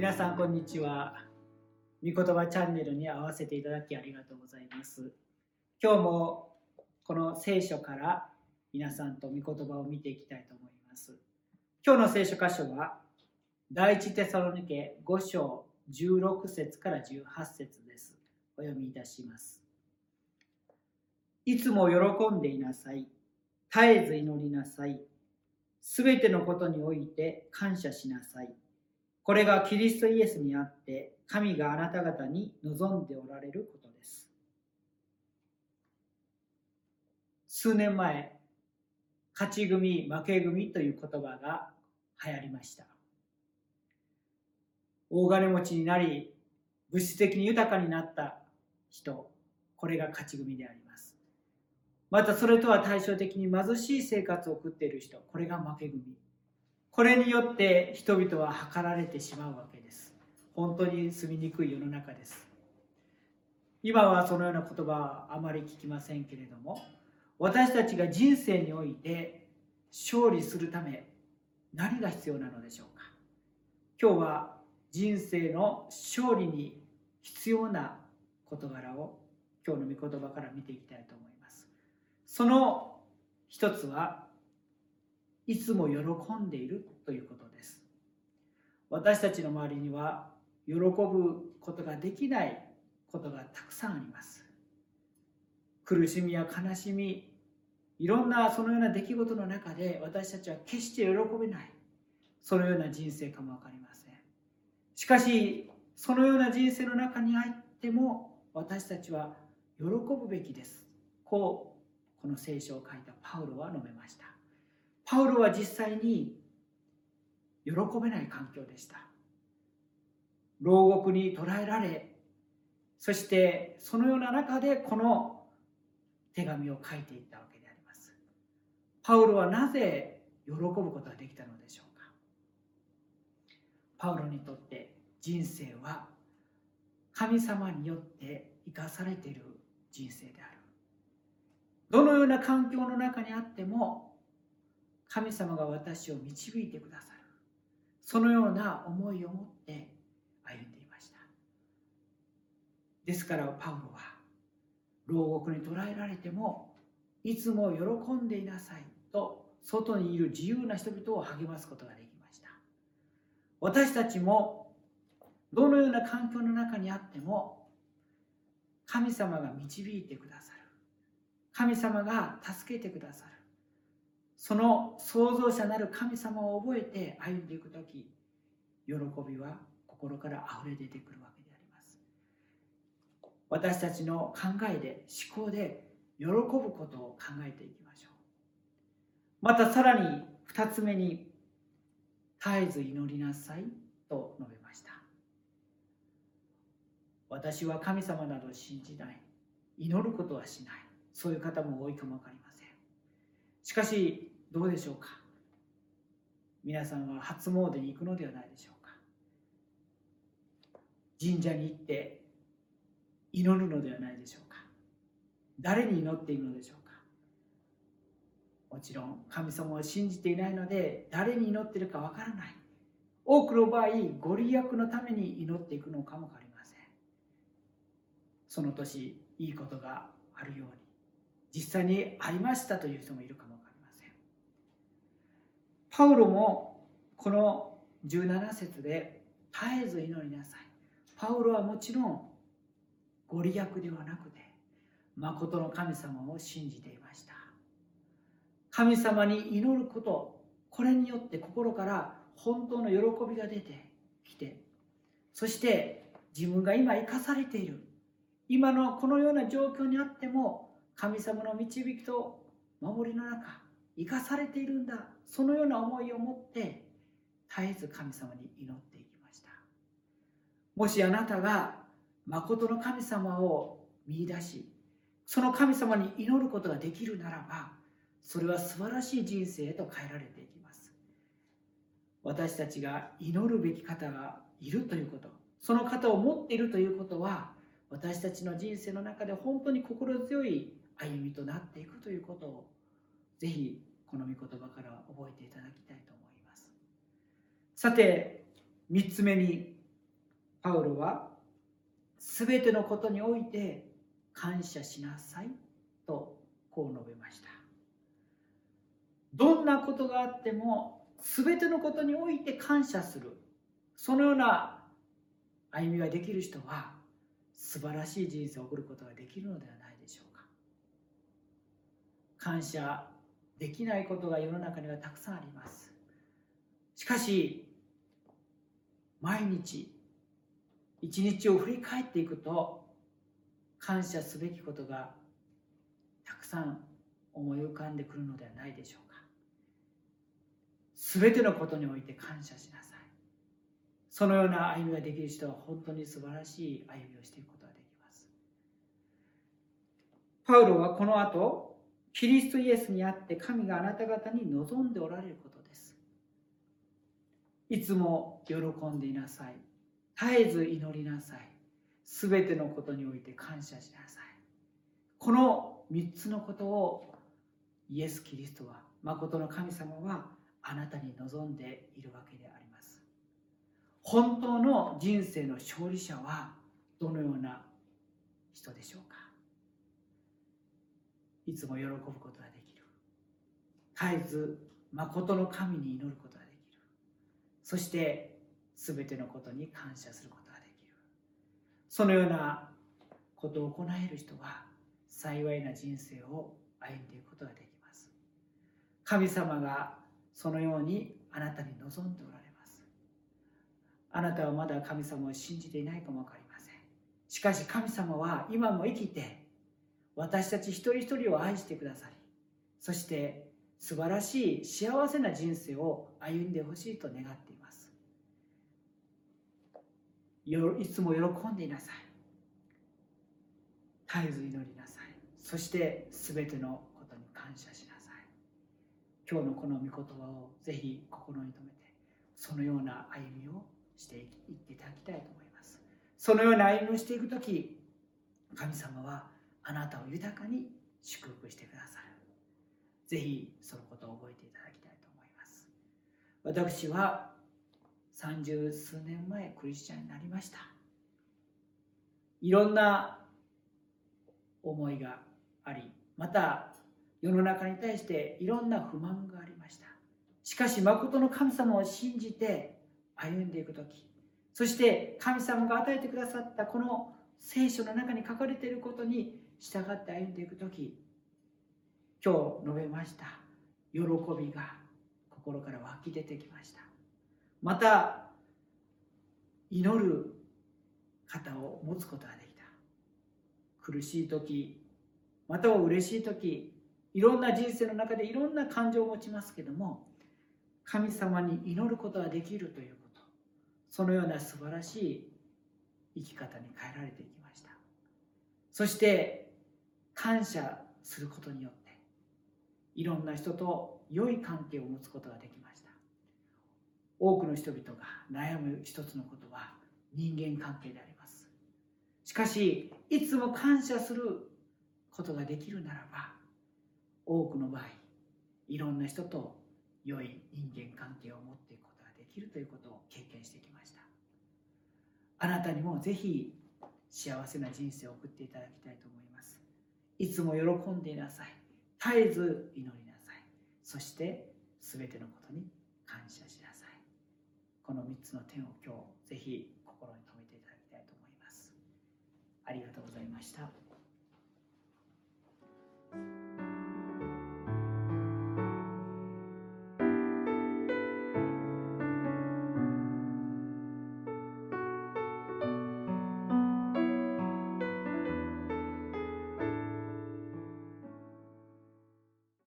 皆さんこんにちは。御言葉チャンネルに合わせていただきありがとうございます。今日もこの聖書から皆さんと御言葉を見ていきたいと思います。今日の聖書箇所は第一テサロニケ5章16節から18節です。お読みいたします。いつも喜んでいなさい。絶えず祈りなさい。すべてのことにおいて感謝しなさい。これがキリストイエスにあって神があなた方に望んでおられることです。数年前、勝ち組負け組という言葉が流行りました。大金持ちになり物質的に豊かになった人、これが勝ち組であります。またそれとは対照的に貧しい生活を送っている人、これが負け組。これによって人々は計られてしまうわけです。本当に住みにくい世の中です。今はそのような言葉はあまり聞きませんけれども、私たちが人生において勝利するため何が必要なのでしょうか。今日は人生の勝利に必要な事柄を今日の御言葉から見ていきたいと思います。その一つはいつも喜んでいるということです。私たちの周りには喜ぶことができないことがたくさんあります。苦しみや悲しみ、いろんなそのような出来事の中で私たちは決して喜べない、そのような人生かもわかりません。しかしそのような人生の中にあっても私たちは喜ぶべきです。この聖書を書いたパウロは述べました。パウロは実際に喜べない環境でした。牢獄に捕らえられ、そしてそのような中でこの手紙を書いていったわけであります。パウロはなぜ喜ぶことができたのでしょうか。パウロにとって人生は神様によって生かされている人生である。どのような環境の中にあっても神様が私を導いてくださる、そのような思いを持って歩んでいました。ですからパウロは牢獄に捕らえられてもいつも喜んでいなさいと外にいる自由な人々を励ますことができました。私たちもどのような環境の中にあっても神様が導いてくださる、神様が助けてくださる、その創造者なる神様を覚えて歩んでいくとき、喜びは心からあふれ出てくるわけであります。私たちの考えで、思考で喜ぶことを考えていきましょう。またさらに2つ目に、絶えず祈りなさいと述べました。私は神様などを信じない、祈ることはしない、そういう方も多いかもわかりません。しかしどうでしょうか。皆さんは初詣に行くのではないでしょうか。神社に行って祈るのではないでしょうか。誰に祈っているのでしょうか。もちろん神様を信じていないので誰に祈っているかわからない。多くの場合ご利益のために祈っていくのかもわかりません。その年いいことがあるように実際にありましたという人もいるかもわかりません。パウロもこの17節で絶えず祈りなさい。パウロはもちろんご利益ではなくて誠の神様を信じていました。神様に祈ること、これによって心から本当の喜びが出てきて、そして自分が今生かされている、今のこのような状況にあっても神様の導きと守りの中生かされているんだ、そのような思いを持って絶えず神様に祈っていきました。もしあなたが誠の神様を見出し、その神様に祈ることができるならば、それは素晴らしい人生へと変えられていきます。私たちが祈るべき方がいるということ、その方を持っているということは、私たちの人生の中で本当に心強い歩みとなっていくということを、ぜひこの御言葉から覚えていただきたいと思います。さて、3つ目に、 パウロはすべてのことにおいて感謝しなさいとこう述べました。どんなことがあってもすべてのことにおいて感謝する、そのような歩みができる人は素晴らしい人生を送ることができるのではないでしょうか。感謝できないことが世の中にはたくさんあります。しかし毎日一日を振り返っていくと感謝すべきことがたくさん思い浮かんでくるのではないでしょうか。すべてのことにおいて感謝しなさい。そのような歩みができる人は本当に素晴らしい歩みをしていくことができます。パウロはこの後、キリストイエスにあって神があなた方に望んでおられることです。いつも喜んでいなさい。絶えず祈りなさい。すべてのことにおいて感謝しなさい。この3つのことをイエス・キリストは、誠の神様はあなたに望んでいるわけであります。本当の人生の勝利者はどのような人でしょうか。いつも喜ぶことができる。絶えず誠の神に祈ることができる。そして全てのことに感謝することができる。そのようなことを行える人は幸いな人生を歩んでいくことができます。神様がそのようにあなたに望んでおられます。あなたはまだ神様を信じていないかもわかりません。しかし神様は今も生きて私たち一人一人を愛してくださり、そして素晴らしい幸せな人生を歩んでほしいと願っています。いつも喜んでいなさい。絶えず祈りなさい。そして全てのことに感謝しなさい。今日のこの御言葉をぜひ心に留めて、そのような歩みをしていっていただきたいと思います。そのような歩みをしていくとき、神様はあなたを豊かに祝福してくださる。ぜひそのことを覚えていただきたいと思います。私は30数年前クリスチャンになりました。いろんな思いがあり、また世の中に対していろんな不満がありました。しかし誠の神様を信じて歩んでいくとき、そして神様が与えてくださったこの聖書の中に書かれていることに従って歩んでいくとき、今日述べました喜びが心から湧き出てきました。また祈る方を持つことができた。苦しい時、または嬉しい時、いろんな人生の中でいろんな感情を持ちますけども、神様に祈ることができるということ、そのような素晴らしい生き方に変えられていきました。そして感謝することによっていろんな人と良い関係を持つことができました。多くの人々が悩む一つのことは人間関係であります。しかしいつも感謝することができるならば、多くの場合いろんな人と良い人間関係を持っていくことができるということを経験してきました。あなたにもぜひ幸せな人生を送っていただきたいと思います。いつも喜んでいなさい。絶えず祈りなさい。そして全てのことに感謝しなさい。この3つの点を今日ぜひ心に留めていただきたいと思います。ありがとうございました。